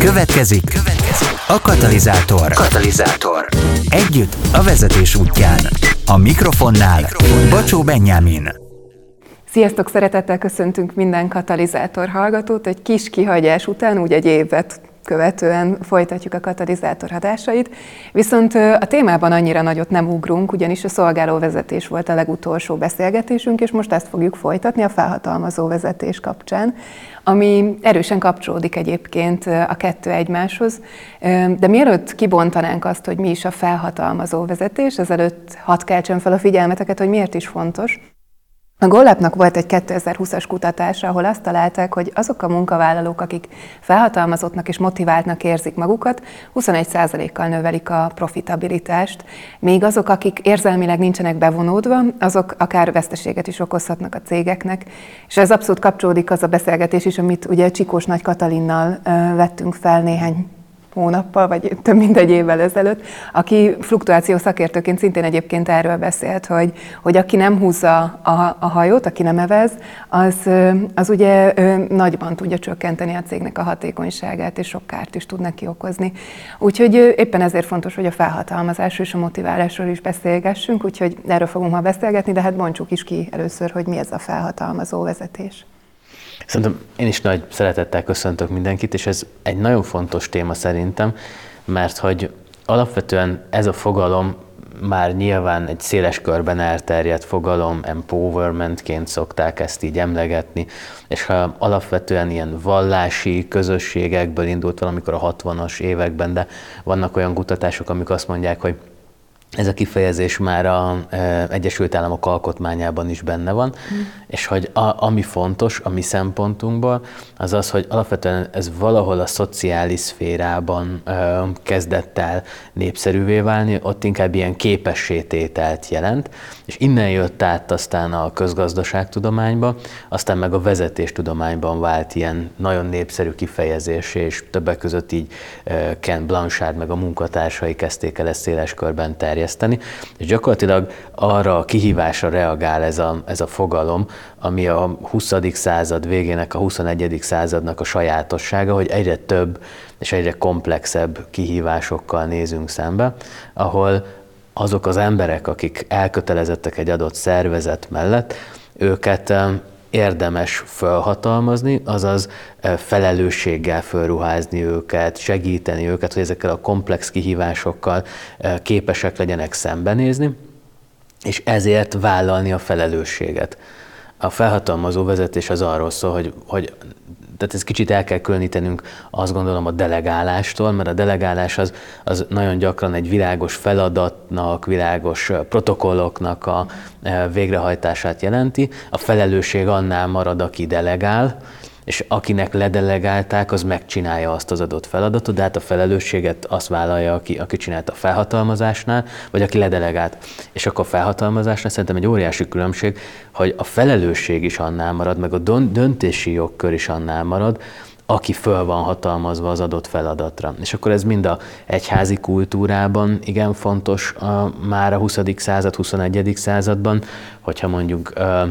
Következik a Katalizátor. Együtt a vezetés útján. A mikrofonnál Bacsó Benyámin. Sziasztok, szeretettel köszöntünk minden Katalizátor hallgatót. Egy kis kihagyás után, úgy egy évet követően folytatjuk a Katalizátor adásait. Viszont a témában annyira nagyot nem ugrunk, ugyanis a szolgálóvezetés volt a legutolsó beszélgetésünk, és most ezt fogjuk folytatni a felhatalmazó vezetés kapcsán, ami erősen kapcsolódik egyébként a kettő egymáshoz. De mielőtt kibontanánk azt, hogy mi is a felhatalmazó vezetés, ezelőtt hadd keltsem fel a figyelmeteket, hogy miért is fontos. A GoLabnak volt egy 2020-as kutatása, ahol azt találták, hogy azok a munkavállalók, akik felhatalmazottnak és motiváltnak érzik magukat, 21%-kal növelik a profitabilitást, míg azok, akik érzelmileg nincsenek bevonódva, azok akár veszteséget is okozhatnak a cégeknek. És ez abszolút kapcsolódik az a beszélgetés is, amit ugye Csikós Nagy Katalinnal vettünk fel néhány hónappal, vagy több mint egy évvel ezelőtt, aki fluktuáció szakértőként szintén egyébként erről beszélt, hogy aki nem húzza a hajót, aki nem evez, az ugye nagyban tudja csökkenteni a cégnek a hatékonyságát, és sok kárt is tud neki okozni. Úgyhogy éppen ezért fontos, hogy a felhatalmazásról és a motiválásról is beszélgessünk, úgyhogy erről fogunk ma beszélgetni, de hát bontsuk is ki először, hogy mi ez a felhatalmazó vezetés. Szerintem én is nagy szeretettel köszöntök mindenkit, és ez egy nagyon fontos téma szerintem, mert hogy alapvetően ez a fogalom már nyilván egy széles körben elterjedt fogalom, empowermentként szokták ezt így emlegetni, és ha alapvetően ilyen vallási közösségekből indult valamikor a 60-as években, de vannak olyan kutatások, amik azt mondják, hogy ez a kifejezés már az Egyesült Államok alkotmányában is benne van, és hogy ami fontos a mi szempontunkból, az az, hogy alapvetően ez valahol a szociális szférában kezdett el népszerűvé válni, ott inkább ilyen képességtételt jelent, és innen jött át aztán a közgazdaságtudományba, aztán meg a vezetéstudományban vált ilyen nagyon népszerű kifejezés, és többek között így Ken Blanchard meg a munkatársai kezdték el ezt széles körben terjeszteni, és gyakorlatilag arra a kihívásra reagál ez a fogalom, ami a 20. század végének, a 21. századnak a sajátossága, hogy egyre több és egyre komplexebb kihívásokkal nézünk szembe, ahol azok az emberek, akik elkötelezettek egy adott szervezet mellett, őket érdemes felhatalmazni, azaz felelősséggel felruházni őket, segíteni őket, hogy ezekkel a komplex kihívásokkal képesek legyenek szembenézni, és ezért vállalni a felelősséget. A felhatalmazó vezetés az arról szól, hogy tehát ezt kicsit el kell különítenünk, azt gondolom, a delegálástól, mert a delegálás az nagyon gyakran egy világos feladatnak, világos protokolloknak a végrehajtását jelenti. A felelősség annál marad, aki delegál, és akinek ledelegálták, az megcsinálja azt az adott feladatot, de hát a felelősséget azt vállalja, aki csinált a felhatalmazásnál, vagy aki ledelegált. És akkor a felhatalmazásnál szerintem egy óriási különbség, hogy a felelősség is annál marad, meg a döntési jogkör is annál marad, aki föl van hatalmazva az adott feladatra. És akkor ez mind a egyházi kultúrában igen fontos már a 20. század, 21. században, hogyha mondjuk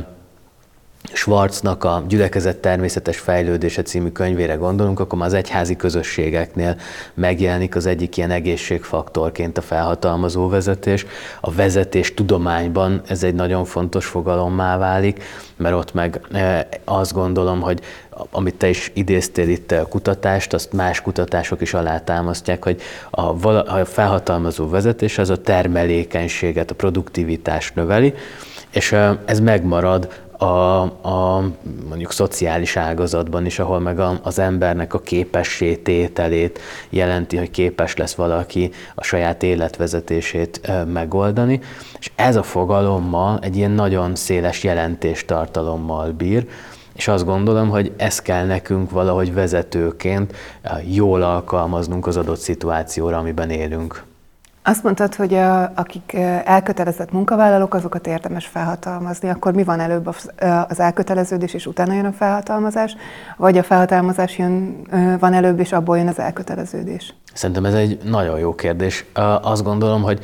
Schwarznak a Gyülekezet természetes fejlődése című könyvére gondolunk, akkor már az egyházi közösségeknél megjelenik az egyik ilyen egészségfaktorként a felhatalmazó vezetés. A vezetés tudományban ez egy nagyon fontos fogalommá válik, mert ott meg azt gondolom, hogy amit te is idéztél itt a kutatást, azt más kutatások is alátámasztják, hogy a felhatalmazó vezetés az a termelékenységet, a produktivitást növeli, és ez megmarad a mondjuk szociális ágazatban is, ahol meg az embernek a képességtételét jelenti, hogy képes lesz valaki a saját életvezetését megoldani, és ez a fogalommal egy ilyen nagyon széles jelentéstartalommal bír, és azt gondolom, hogy ezt kell nekünk valahogy vezetőként jól alkalmaznunk az adott szituációra, amiben élünk. Azt mondtad, hogy akik elkötelezett munkavállalók, azokat érdemes felhatalmazni. Akkor mi van előbb, az elköteleződés, és utána jön a felhatalmazás? Vagy a felhatalmazás van előbb, és abból jön az elköteleződés? Szerintem ez egy nagyon jó kérdés. Azt gondolom, hogy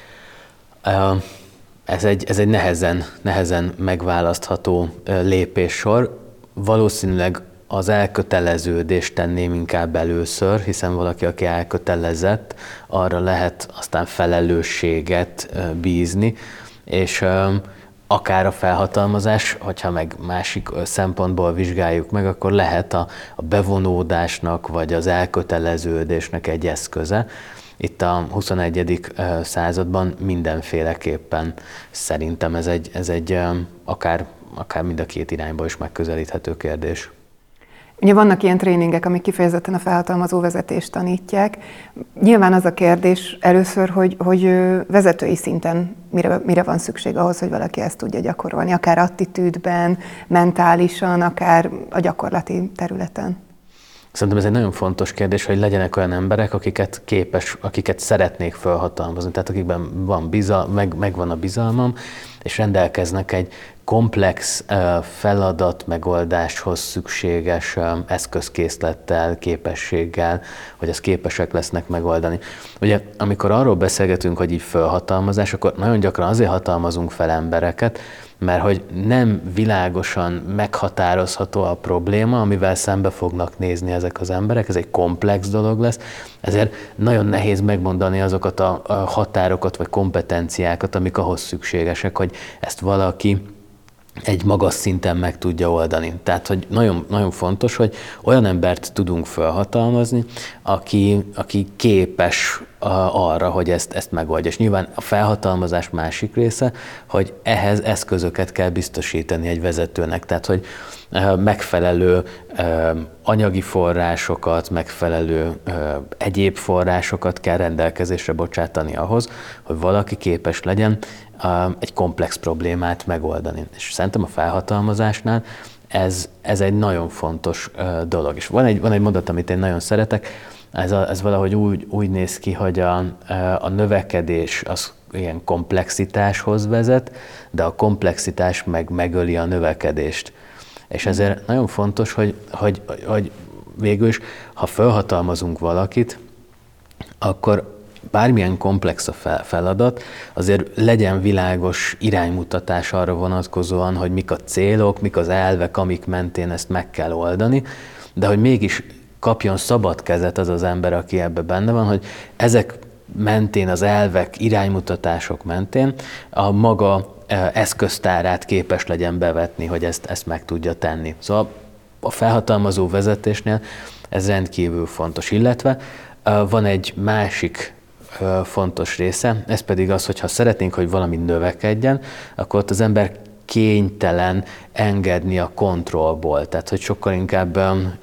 ez egy nehezen megválasztható lépéssor. Valószínűleg az elköteleződést tenném inkább először, hiszen valaki, aki elkötelezett, arra lehet aztán felelősséget bízni, és akár a felhatalmazás, hogyha meg másik szempontból vizsgáljuk meg, akkor lehet a bevonódásnak vagy az elköteleződésnek egy eszköze. Itt a 21. században mindenféleképpen szerintem ez egy akár mind a két irányba is megközelíthető kérdés. Ugye vannak ilyen tréningek, amik kifejezetten a felhatalmazó vezetést tanítják. Nyilván az a kérdés először, hogy vezetői szinten mire van szükség ahhoz, hogy valaki ezt tudja gyakorolni, akár attitűdben, mentálisan, akár a gyakorlati területen. Szerintem ez egy nagyon fontos kérdés, hogy legyenek olyan emberek, akiket szeretnék felhatalmazni, tehát akikben megvan a bizalmam, és rendelkeznek egy komplex feladat megoldáshoz szükséges eszközkészlettel, képességgel, hogy ezt képesek lesznek megoldani. Ugye, amikor arról beszélgetünk, hogy így felhatalmazás, akkor nagyon gyakran azért hatalmazunk fel embereket, mert hogy nem világosan meghatározható a probléma, amivel szembe fognak nézni ezek az emberek, ez egy komplex dolog lesz, ezért nagyon nehéz megmondani azokat a határokat vagy kompetenciákat, amik ahhoz szükségesek, hogy ezt valaki egy magas szinten meg tudja oldani. Tehát, hogy nagyon, nagyon fontos, hogy olyan embert tudunk felhatalmazni, aki képes arra, hogy ezt megoldja. És nyilván a felhatalmazás másik része, hogy ehhez eszközöket kell biztosítani egy vezetőnek. Tehát, hogy megfelelő anyagi forrásokat, megfelelő egyéb forrásokat kell rendelkezésre bocsátani ahhoz, hogy valaki képes legyen egy komplex problémát megoldani. És szerintem a felhatalmazásnál ez egy nagyon fontos dolog. És van egy mondat, amit én nagyon szeretek, ez valahogy úgy néz ki, hogy a növekedés az ilyen komplexitáshoz vezet, de a komplexitás megöli a növekedést. És ezért nagyon fontos, hogy végül is, ha felhatalmazunk valakit, akkor bármilyen komplex a feladat, azért legyen világos iránymutatás arra vonatkozóan, hogy mik a célok, mik az elvek, amik mentén ezt meg kell oldani, de hogy mégis kapjon szabad kezet az az ember, aki ebbe benne van, hogy ezek mentén, az elvek, iránymutatások mentén a maga eszköztárát képes legyen bevetni, hogy ezt meg tudja tenni. Szóval a felhatalmazó vezetésnél ez rendkívül fontos, illetve van egy másik fontos része, ez pedig az, hogy ha szeretnénk, hogy valami növekedjen, akkor ott az ember kénytelen engedni a kontrollból. Tehát, hogy sokkal inkább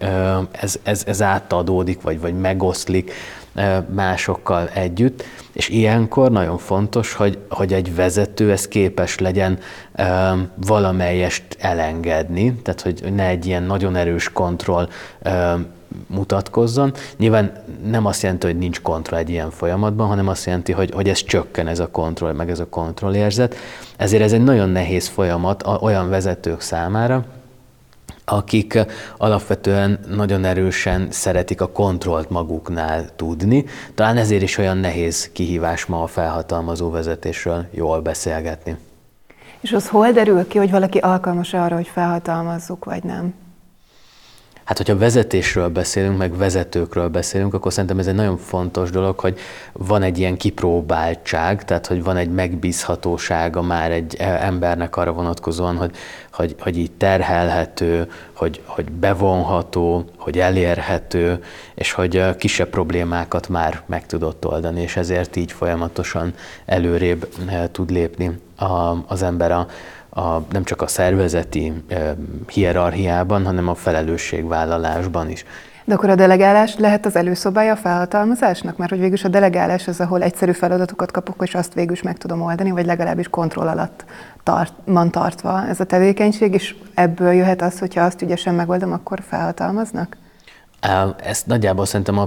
ez átadódik, vagy megoszlik másokkal együtt, és ilyenkor nagyon fontos, hogy egy vezető ez képes legyen valamelyest elengedni, tehát, hogy ne egy ilyen nagyon erős kontroll mutatkozzon. Nyilván nem azt jelenti, hogy nincs kontroll egy ilyen folyamatban, hanem azt jelenti, hogy ez csökken, ez a kontroll, meg ez a kontrollérzet. Ezért ez egy nagyon nehéz folyamat olyan vezetők számára, akik alapvetően nagyon erősen szeretik a kontrollt maguknál tudni. Talán ezért is olyan nehéz kihívás ma a felhatalmazó vezetésről jól beszélgetni. És az hol derül ki, hogy valaki alkalmas arra, hogy felhatalmazzuk, vagy nem? Hát, hogyha vezetésről beszélünk, meg vezetőkről beszélünk, akkor szerintem ez egy nagyon fontos dolog, hogy van egy ilyen kipróbáltság, tehát, hogy van egy megbízhatósága már egy embernek arra vonatkozóan, hogy így terhelhető, hogy bevonható, hogy elérhető, és hogy kisebb problémákat már meg tudott oldani, és ezért így folyamatosan előrébb tud lépni az ember nem csak a szervezeti hierarchiában, hanem a felelősségvállalásban is. De akkor a delegálás lehet az előszobája a felhatalmazásnak? Mert hogy végülis a delegálás az, ahol egyszerű feladatokat kapok, és azt végül is meg tudom oldani, vagy legalábbis kontroll alatt van tartva ez a tevékenység, és ebből jöhet az, hogyha azt ügyesen megoldom, akkor felhatalmaznak? Ezt nagyjából szerintem a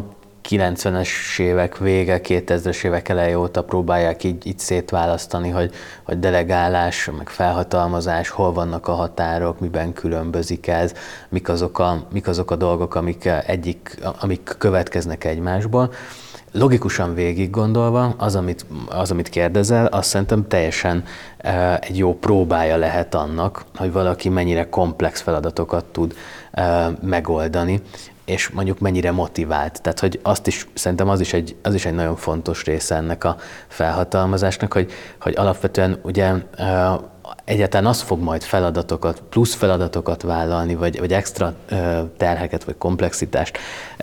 90-es évek vége, 2000-es évek eleje óta próbálják így szétválasztani, hogy delegálás, meg felhatalmazás, hol vannak a határok, miben különbözik ez, mik azok a dolgok, amik következnek egymásból. Logikusan végig gondolva, az, amit kérdezel, azt szerintem teljesen egy jó próbája lehet annak, hogy valaki mennyire komplex feladatokat tud megoldani, és mondjuk mennyire motivált. Tehát, hogy szerintem az is egy nagyon fontos része ennek a felhatalmazásnak, hogy alapvetően ugye egyáltalán az fog majd plusz feladatokat vállalni, vagy extra terheket, vagy komplexitást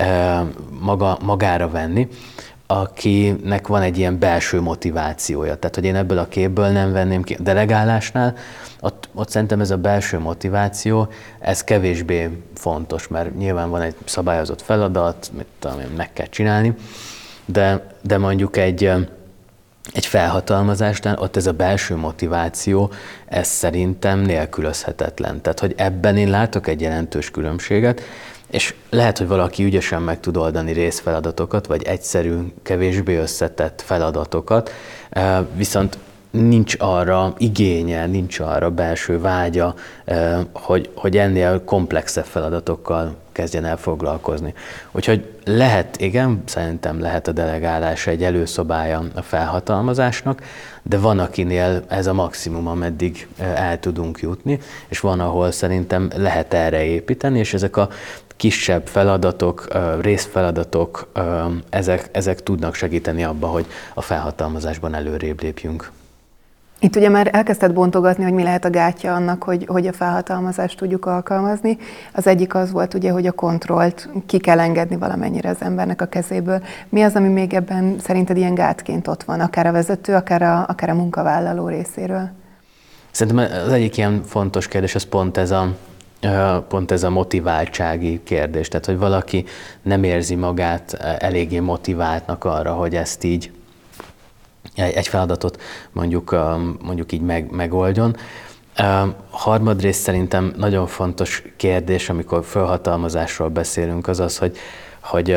magára venni, akinek van egy ilyen belső motivációja. Tehát, hogy én ebből a képből nem venném ki. A delegálásnál ott szerintem ez a belső motiváció, ez kevésbé fontos, mert nyilván van egy szabályozott feladat, meg kell csinálni, de mondjuk egy felhatalmazásnál ott ez a belső motiváció, ez szerintem nélkülözhetetlen. Tehát, hogy ebben én látok egy jelentős különbséget, és lehet, hogy valaki ügyesen meg tud oldani részfeladatokat, vagy egyszerű, kevésbé összetett feladatokat, viszont nincs arra igénye, nincs arra belső vágya, hogy ennél komplexebb feladatokkal kezdjen el foglalkozni. Úgyhogy szerintem lehet a delegálás egy előszobája a felhatalmazásnak, de van, akinél ez a maximum, ameddig el tudunk jutni, és van, ahol szerintem lehet erre építeni, és ezek a kisebb feladatok, részfeladatok, ezek tudnak segíteni abba, hogy a felhatalmazásban előrébb lépjünk. Itt ugye már elkezdted bontogatni, hogy mi lehet a gátja annak, hogy a felhatalmazást tudjuk alkalmazni. Az egyik az volt ugye, hogy a kontrollt ki kell engedni valamennyire az embernek a kezéből. Mi az, ami még ebben szerinted ilyen gátként ott van, akár a vezető, akár a munkavállaló részéről? Szerintem az egyik ilyen fontos kérdés, az pont ez a motiváltsági kérdés. Tehát, hogy valaki nem érzi magát eléggé motiváltnak arra, hogy ezt így egy feladatot mondjuk így megoldjon. Harmadrészt szerintem nagyon fontos kérdés, amikor felhatalmazásról beszélünk, az, hogy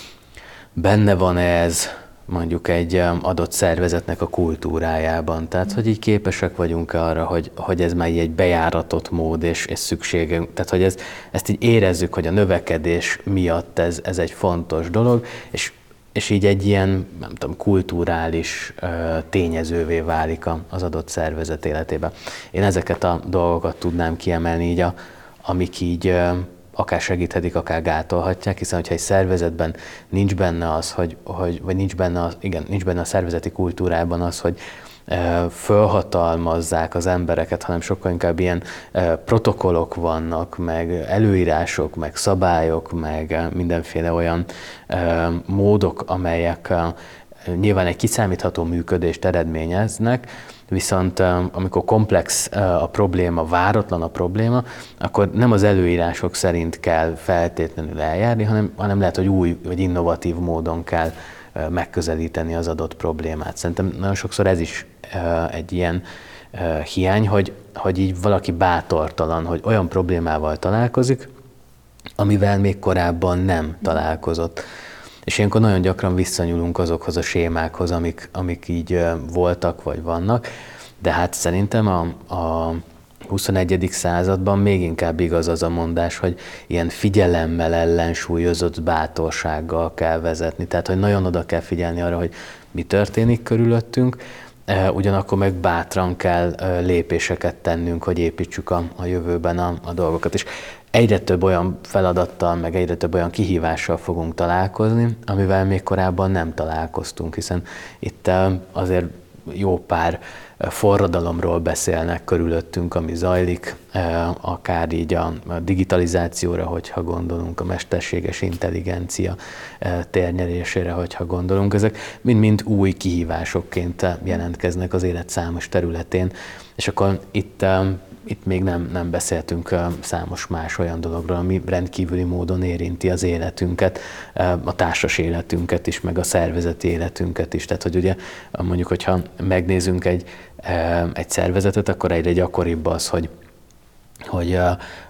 benne van ez mondjuk egy adott szervezetnek a kultúrájában. Tehát, hogy így képesek vagyunk arra, hogy ez már egy bejáratott mód és szükségünk. Tehát, hogy ezt így érezzük, hogy a növekedés miatt ez egy fontos dolog, és így egy ilyen, nem tudom, kulturális tényezővé válik az adott szervezet életében. Én ezeket a dolgokat tudnám kiemelni így, amik így akár segíthetik, akár gátolhatják, hiszen hogyha egy szervezetben nincs benne az, vagy nincs benne a szervezeti kultúrában az, hogy fölhatalmazzák az embereket, hanem sokkal inkább ilyen protokollok vannak, meg előírások, meg szabályok, meg mindenféle olyan módok, amelyek nyilván egy kiszámítható működést eredményeznek, viszont amikor komplex a probléma, váratlan a probléma, akkor nem az előírások szerint kell feltétlenül eljárni, hanem lehet, hogy új vagy innovatív módon kell megközelíteni az adott problémát. Szerintem nagyon sokszor ez is egy ilyen hiány, hogy így valaki bátortalan, hogy olyan problémával találkozik, amivel még korábban nem találkozott. És ilyenkor nagyon gyakran visszanyúlunk azokhoz a sémákhoz, amik így voltak vagy vannak, de hát szerintem a 21. században még inkább igaz az a mondás, hogy ilyen figyelemmel ellensúlyozott bátorsággal kell vezetni. Tehát, hogy nagyon oda kell figyelni arra, hogy mi történik körülöttünk, ugyanakkor meg bátran kell lépéseket tennünk, hogy építsük a jövőben a dolgokat. És egyre több olyan feladattal, meg egyre több olyan kihívással fogunk találkozni, amivel még korábban nem találkoztunk, hiszen itt azért jó pár forradalomról beszélnek körülöttünk, ami zajlik, akár így a digitalizációra, hogyha gondolunk, a mesterséges intelligencia térnyerésére, hogyha gondolunk. Ezek mind-mind új kihívásokként jelentkeznek az élet számos területén, és akkor itt még nem beszéltünk számos más olyan dologról, ami rendkívüli módon érinti az életünket, a társas életünket is, meg a szervezeti életünket is. Tehát, hogy ugye mondjuk, hogyha megnézünk egy szervezetet, akkor egyre gyakoribb az, hogy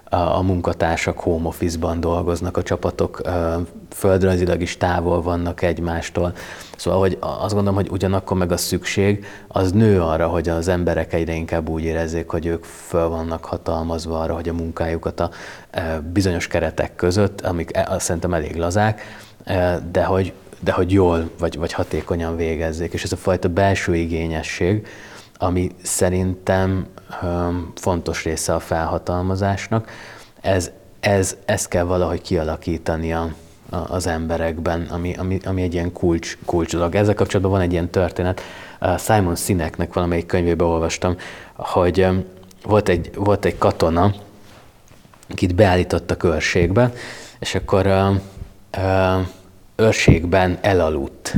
a munkatársak home office-ban dolgoznak, a csapatok földrajzilag is távol vannak egymástól. Szóval hogy azt gondolom, hogy ugyanakkor meg a szükség az nő arra, hogy az emberek egyre inkább úgy érezzék, hogy ők föl vannak hatalmazva arra, hogy a munkájukat a bizonyos keretek között, amik azt szerintem elég lazák, de hogy jól vagy hatékonyan végezzék. És ez a fajta belső igényesség, ami szerintem fontos része a felhatalmazásnak, ez kell valahogy kialakítani az emberekben, ami egy ilyen kulcs dolog. Ezzel kapcsolatban van egy ilyen történet. Simon Sineknek valamelyik könyvében olvastam, hogy volt egy katona, akit beállítottak őrségbe, és akkor őrségben elaludt.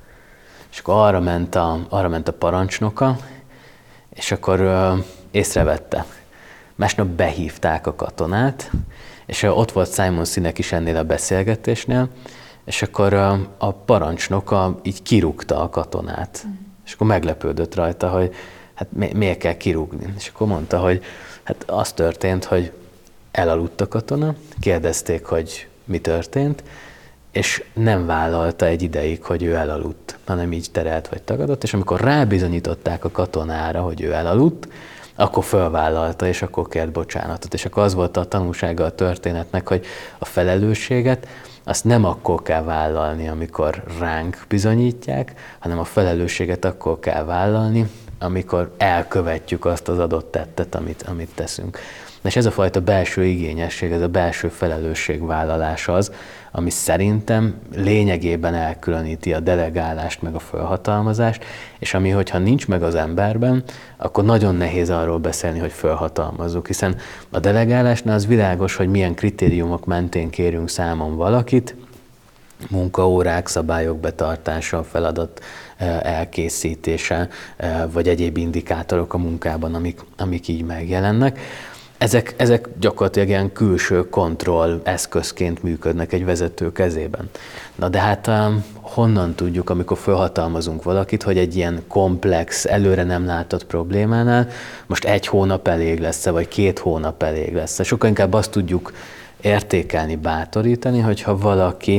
És akkor arra ment a parancsnoka, és akkor észrevette. Másnap behívták a katonát, és ott volt Simon Sinek is ennél a beszélgetésnél, és akkor a parancsnoka így kirúgta a katonát. És akkor meglepődött rajta, hogy hát miért kell kirúgni. És akkor mondta, hogy hát az történt, hogy elaludt a katona, kérdezték, hogy mi történt, és nem vállalta egy ideig, hogy ő elaludt, hanem így terelt vagy tagadott, és amikor rábizonyították a katonára, hogy ő elaludt, akkor fölvállalta, és akkor kért bocsánatot. És akkor az volt a tanulsága a történetnek, hogy a felelősséget azt nem akkor kell vállalni, amikor ránk bizonyítják, hanem a felelősséget akkor kell vállalni, amikor elkövetjük azt az adott tettet, amit teszünk. És ez a fajta belső igényesség, ez a belső felelősségvállalás az, ami szerintem lényegében elkülöníti a delegálást meg a felhatalmazást, és ami, hogyha nincs meg az emberben, akkor nagyon nehéz arról beszélni, hogy felhatalmazzuk, hiszen a delegálásnál az világos, hogy milyen kritériumok mentén kérünk számon valakit, munkaórák, szabályok betartása, feladat elkészítése, vagy egyéb indikátorok a munkában, amik így megjelennek. Ezek gyakorlatilag ilyen külső kontroll eszközként működnek egy vezető kezében. Na de hát honnan tudjuk, amikor felhatalmazunk valakit, hogy egy ilyen komplex, előre nem látott problémánál most 1 hónap elég lesz-e, vagy 2 hónap elég lesz-e. Sokkal inkább azt tudjuk értékelni, bátorítani, hogyha valaki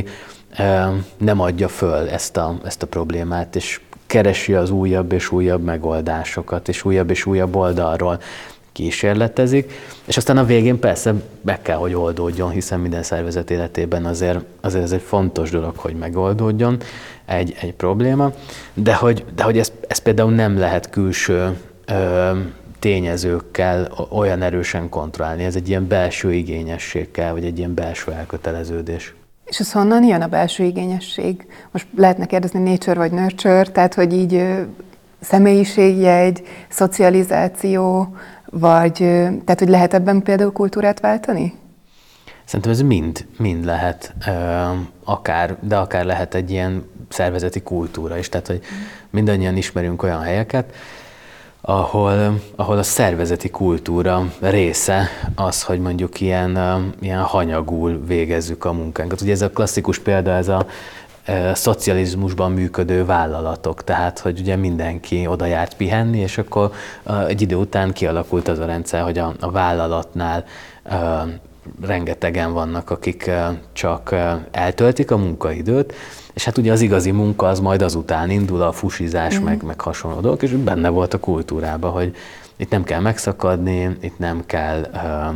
nem adja föl ezt a problémát, és keresi az újabb és újabb megoldásokat, és újabb oldalról kísérletezik, és aztán a végén persze meg kell, hogy oldódjon, hiszen minden szervezet életében azért ez egy fontos dolog, hogy megoldódjon egy probléma, de hogy ez például nem lehet külső tényezőkkel olyan erősen kontrollálni, ez egy ilyen belső igényesség kell, vagy egy ilyen belső elköteleződés. És ez honnan jön a belső igényesség? Most lehetne kérdezni nature vagy nurture, tehát hogy így személyiségjegy, szocializáció, tehát hogy lehet ebben például kultúrát váltani? Szerintem ez mind lehet, de akár lehet egy ilyen szervezeti kultúra is. Tehát, hogy mindannyian ismerünk olyan helyeket, ahol a szervezeti kultúra része az, hogy mondjuk ilyen hanyagul végezzük a munkánkat. Ugye ez a klasszikus példa, ez a szocializmusban működő vállalatok, tehát hogy ugye mindenki oda járt pihenni, és akkor egy idő után kialakult az a rendszer, hogy a vállalatnál rengetegen vannak, akik csak eltöltik a munkaidőt, és hát ugye az igazi munka az majd azután indul, a fusizás, meg hasonló dolgok, és benne volt a kultúrában, hogy itt nem kell megszakadni, itt nem kell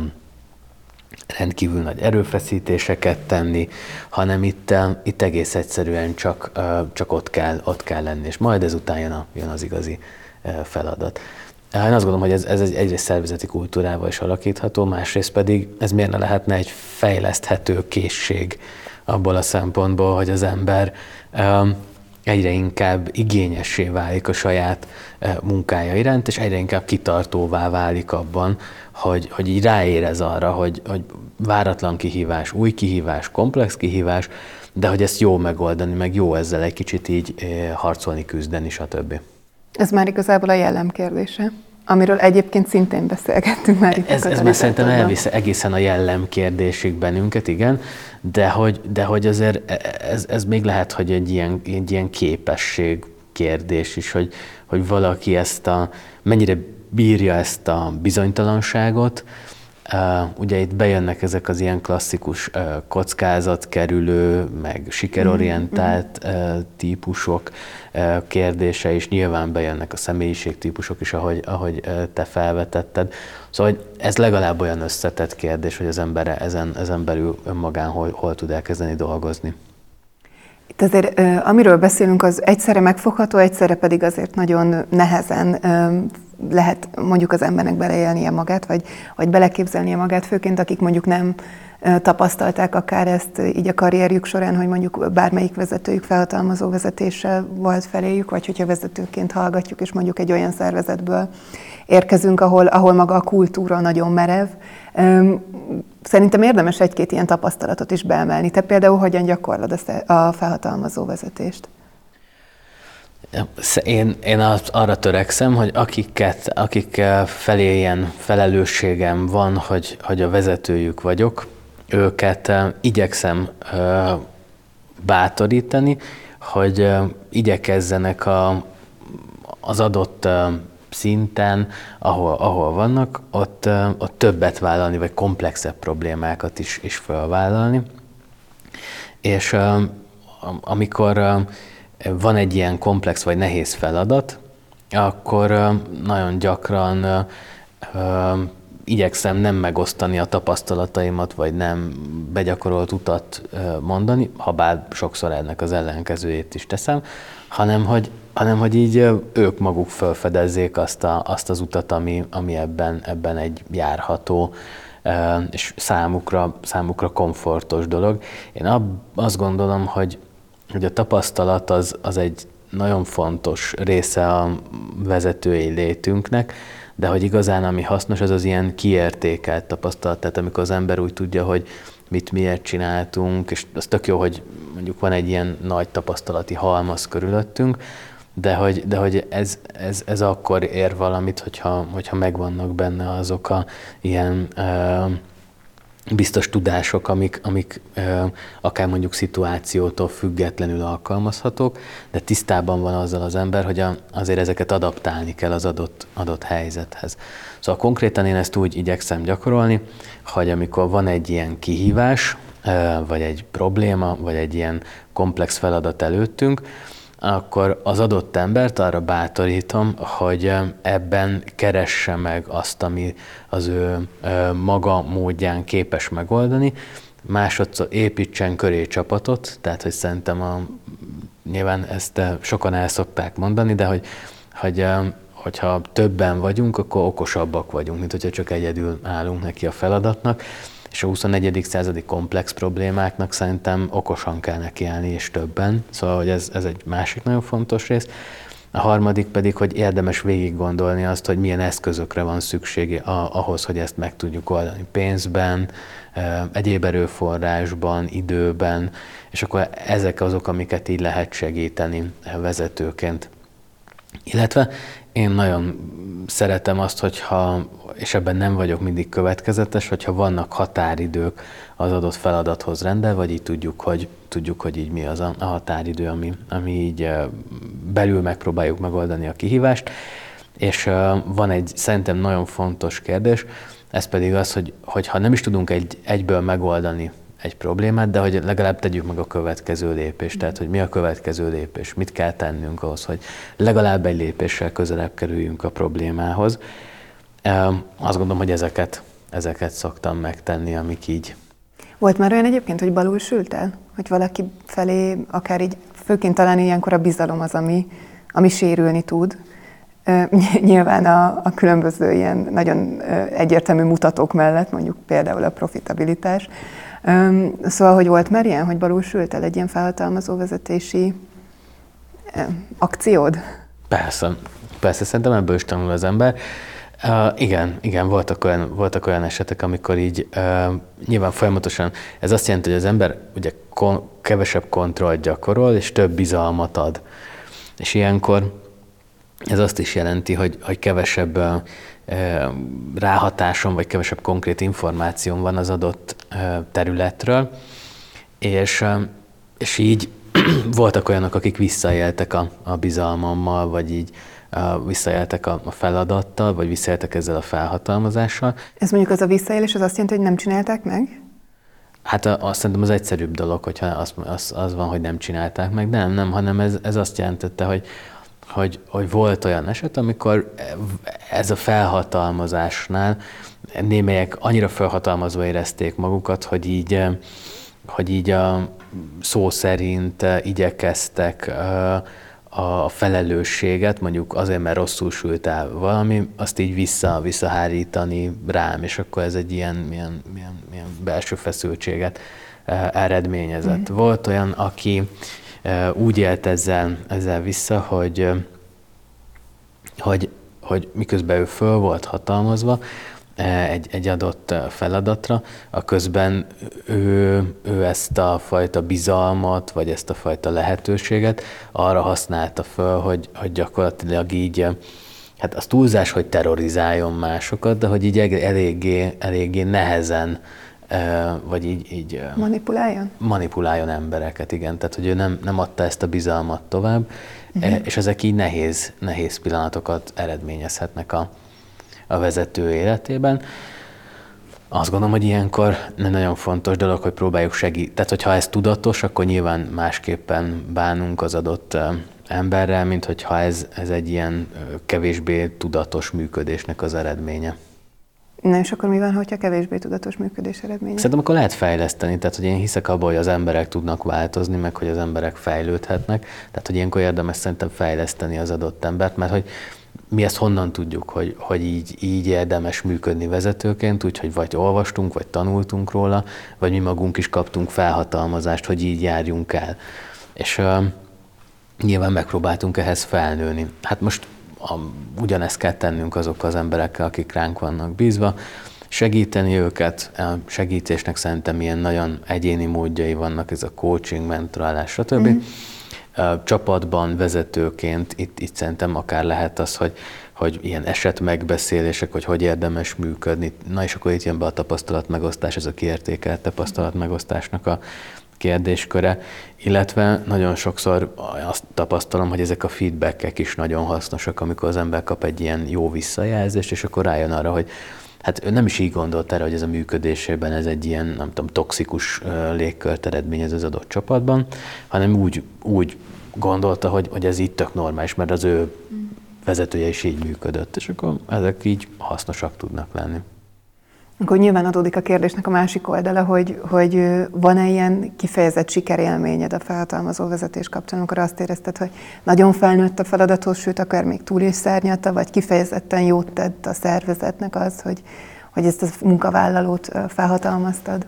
rendkívül nagy erőfeszítéseket tenni, hanem itt egész egyszerűen csak ott kell lenni, és majd ezután jön az igazi feladat. Én azt gondolom, hogy ez egyrészt szervezeti kultúrával is alakítható, másrészt pedig ez miért ne lehetne egy fejleszthető készség abból a szempontból, hogy az ember egyre inkább igényessé válik a saját munkája iránt, és egyre inkább kitartóvá válik abban, hogy így ráérez arra, hogy váratlan kihívás, új kihívás, komplex kihívás, de hogy ezt jó megoldani, meg jó ezzel egy kicsit így harcolni, küzdeni, stb. Ez már igazából a jellem kérdése, amiről egyébként szintén beszélgettünk már itt. Ez már szerintem elvisz egészen a jellem kérdésig bennünket, igen, de hogy azért ez még lehet, hogy egy ilyen képesség kérdés is, hogy valaki mennyire bírja ezt a bizonytalanságot, Ugye itt bejönnek ezek az ilyen klasszikus kockázatkerülő, meg sikerorientált típusok kérdése, és nyilván bejönnek a személyiségtípusok is, ahogy te felvetetted. Szóval hogy ez legalább olyan összetett kérdés, hogy az ember ezen belül önmagán hol tud elkezdeni dolgozni. Itt azért, amiről beszélünk, az egyszerre megfogható, egyszerre pedig azért nagyon nehezen lehet mondjuk az embernek beleélnie magát, vagy beleképzelnie magát, főként akik mondjuk nem tapasztalták akár ezt így a karrierjük során, hogy mondjuk bármelyik vezetőjük felhatalmazó vezetéssel volt feléjük, vagy hogyha vezetőként hallgatjuk, és mondjuk egy olyan szervezetből érkezünk, ahol maga a kultúra nagyon merev. Szerintem érdemes egy-két ilyen tapasztalatot is beemelni. Te például hogyan gyakorlod a felhatalmazó vezetést? Én arra törekszem, hogy akik felé ilyen felelősségem van, hogy a vezetőjük vagyok, őket igyekszem bátorítani, hogy igyekezzenek az adott szinten, ahol vannak, ott többet vállalni, vagy komplexebb problémákat is felvállalni. És amikor van egy ilyen komplex vagy nehéz feladat, akkor nagyon gyakran igyekszem nem megosztani a tapasztalataimat, vagy nem begyakorolt utat mondani, ha bár sokszor ennek az ellenkezőjét is teszem, hanem hogy így ők maguk felfedezzék azt az utat, ami ebben egy járható, és számukra komfortos dolog. Én azt gondolom, hogy a tapasztalat az egy nagyon fontos része a vezetői létünknek, de hogy igazán ami hasznos, az ilyen kiértékelt tapasztalat, tehát amikor az ember úgy tudja, hogy mit miért csináltunk, és az tök jó, hogy mondjuk van egy ilyen nagy tapasztalati halmaz körülöttünk, de hogy ez akkor ér valamit, hogyha megvannak benne azok a ilyen biztos tudások, amik akár mondjuk szituációtól függetlenül alkalmazhatók, de tisztában van azzal az ember, hogy azért ezeket adaptálni kell az adott helyzethez. Szóval konkrétan én ezt úgy igyekszem gyakorolni, hogy amikor van egy ilyen kihívás, vagy egy probléma, vagy egy ilyen komplex feladat előttünk, akkor az adott embert arra bátorítom, hogy ebben keresse meg azt, ami az ő maga módján képes megoldani. Másodszor építsen köré csapatot, tehát hogy szerintem nyilván ezt sokan el szokták mondani, de hogyha többen vagyunk, akkor okosabbak vagyunk, mint hogyha csak egyedül állunk neki a feladatnak. És a 21. századi komplex problémáknak szerintem okosan kell nekiállni, és többen. Szóval, hogy ez egy másik nagyon fontos rész. A harmadik pedig, hogy érdemes végig gondolni azt, hogy milyen eszközökre van szüksége ahhoz, hogy ezt meg tudjuk oldani. Pénzben, egyéb erőforrásban, időben, és akkor ezek azok, amiket így lehet segíteni vezetőként. Illetve én nagyon szeretem azt, és ebben nem vagyok mindig következetes, hogyha vannak határidők az adott feladathoz rendelve, vagy így tudjuk, hogy így mi az a határidő, ami így belül megpróbáljuk megoldani a kihívást. És van egy szerintem nagyon fontos kérdés, ez pedig az, hogy ha nem is tudunk egyből megoldani egy problémát, de hogy legalább tegyük meg a következő lépést. Tehát, hogy mi a következő lépés, mit kell tennünk ahhoz, hogy legalább egy lépéssel közelebb kerüljünk a problémához. Azt gondolom, hogy ezeket szoktam megtenni, amik így. Volt már olyan egyébként, hogy balul sültél? Hogy valaki felé, akár így, főként talán ilyenkor a bizalom az, ami sérülni tud. Nyilván a különböző ilyen nagyon egyértelmű mutatók mellett, mondjuk például a profitabilitás. Szóval, hogy volt már ilyen, hogy balul sültél egy ilyen felhatalmazó vezetési akciód? Persze, szerintem ebből is tanul az ember. Igen, voltak olyan esetek, amikor így nyilván folyamatosan, ez azt jelenti, hogy az ember ugye kevesebb kontrollt gyakorol, és több bizalmat ad. És ilyenkor ez azt is jelenti, hogy kevesebb ráhatásom, vagy kevesebb konkrét információm van az adott területről, és így voltak olyanok, akik visszaéltek a bizalmammal, vagy így visszaéltek a feladattal, vagy visszaéltek ezzel a felhatalmazással. Ez mondjuk az a visszaélés, az azt jelenti, hogy nem csinálták meg? Hát azt szerintem az egyszerűbb dolog, hogyha az van, hogy nem csinálták meg. Nem, hanem ez azt jelentette, hogy volt olyan eset, amikor ez a felhatalmazásnál némelyek annyira felhatalmazva érezték magukat, hogy így a szó szerint igyekeztek a felelősséget, mondjuk azért, mert rosszul sült el valami, azt így visszahárítani rám, és akkor ez egy ilyen belső feszültséget eredményezett. Volt olyan, aki úgy élt ezzel vissza, hogy miközben ő föl volt hatalmazva egy adott feladatra, aközben ő ezt a fajta bizalmat, vagy ezt a fajta lehetőséget arra használta föl, hogy gyakorlatilag így, hát az túlzás, hogy terrorizáljon másokat, de hogy így eléggé nehezen, vagy így manipuláljon embereket, igen. Tehát, hogy ő nem adta ezt a bizalmat tovább, és ezek így nehéz pillanatokat eredményezhetnek a vezető életében. Azt gondolom, hogy ilyenkor nagyon fontos dolog, hogy próbáljuk segíteni. Tehát, hogyha ez tudatos, akkor nyilván másképpen bánunk az adott emberrel, mint hogyha ez egy ilyen kevésbé tudatos működésnek az eredménye. Na és akkor mi van, hogyha kevésbé tudatos működés eredménye? Szerintem akkor lehet fejleszteni, tehát hogy én hiszek abban, hogy az emberek tudnak változni, meg hogy az emberek fejlődhetnek, tehát hogy ilyenkor érdemes szerintem fejleszteni az adott embert, mert hogy mi ezt honnan tudjuk, hogy így érdemes működni vezetőként, úgyhogy vagy olvastunk, vagy tanultunk róla, vagy mi magunk is kaptunk felhatalmazást, hogy így járjunk el. És nyilván megpróbáltunk ehhez felnőni. Hát most ugyanezt kell tennünk azokkal az emberekkel, akik ránk vannak bízva, segíteni őket, a segítésnek szerintem ilyen nagyon egyéni módjai vannak, ez a coaching, mentorálás, stb. Csapatban, vezetőként itt szerintem akár lehet az, hogy ilyen esetmegbeszélések, hogy érdemes működni. Na és akkor itt jön be a tapasztalatmegosztás, ez a kiértékelt tapasztalatmegosztásnak a kérdésköre, illetve nagyon sokszor azt tapasztalom, hogy ezek a feedbackek is nagyon hasznosak, amikor az ember kap egy ilyen jó visszajelzést, és akkor rájön arra, hogy hát ő nem is így gondolt erre, hogy ez a működésében ez egy ilyen, nem tudom, toxikus légkört eredményez az adott csapatban, hanem úgy gondolta, hogy ez így tök normális, mert az ő vezetője is így működött, és akkor ezek így hasznosak tudnak lenni. Akkor nyilván adódik a kérdésnek a másik oldala, hogy van-e ilyen kifejezett sikerélményed a felhatalmazó vezetés kapcsán, amikor azt érezted, hogy nagyon felnőtt a feladathoz, sőt, akár még túl is szárnyalta, vagy kifejezetten jót tett a szervezetnek az, hogy ezt a munkavállalót felhatalmaztad?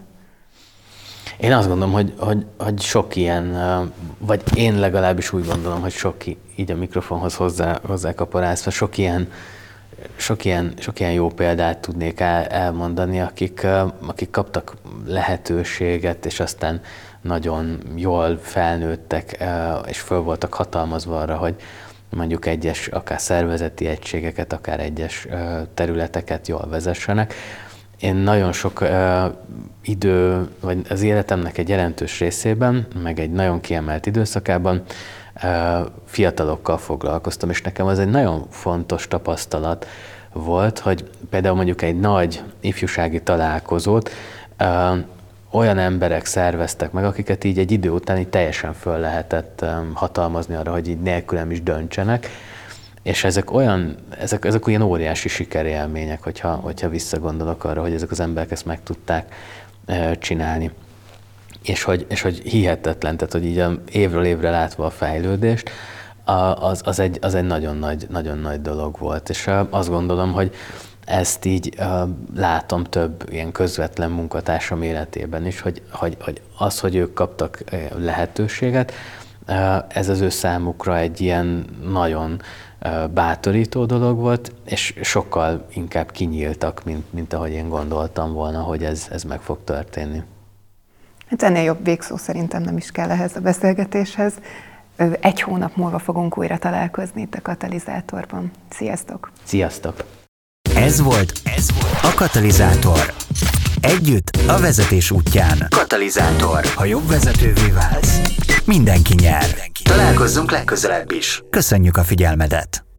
Én azt gondolom, hogy sok ilyen, vagy én legalábbis úgy gondolom, hogy sok így a mikrofonhoz hozzá kaparászva, sok ilyen jó példát tudnék elmondani, akik kaptak lehetőséget, és aztán nagyon jól felnőttek, és föl voltak hatalmazva arra, hogy mondjuk egyes akár szervezeti egységeket, akár egyes területeket jól vezessenek. Én nagyon sok idő, vagy az életemnek egy jelentős részében, meg egy nagyon kiemelt időszakában fiatalokkal foglalkoztam, és nekem az egy nagyon fontos tapasztalat volt, hogy például mondjuk egy nagy ifjúsági találkozót olyan emberek szerveztek meg, akiket így egy idő után így teljesen föl lehetett hatalmazni arra, hogy így nélkülem is döntsenek, és ezek olyan óriási sikerélmények, hogyha visszagondolok arra, hogy ezek az emberek ezt meg tudták csinálni. És hogy hihetetlen, tehát hogy így évről évre látva a fejlődést, az egy nagyon nagy dolog volt. És azt gondolom, hogy ezt így látom több ilyen közvetlen munkatársam életében is, hogy ők kaptak lehetőséget, ez az ő számukra egy ilyen nagyon bátorító dolog volt, és sokkal inkább kinyíltak, mint ahogy én gondoltam volna, hogy ez meg fog történni. Hát ennél jobb végszó szerintem nem is kell ehhez a beszélgetéshez. 1 hónap múlva fogunk újra találkozni itt a Katalizátorban. Sziasztok! Sziasztok! Ez volt a Katalizátor. Együtt a vezetés útján. Katalizátor. Ha jobb vezetővé válsz, mindenki nyer. Találkozzunk legközelebb is. Köszönjük a figyelmedet!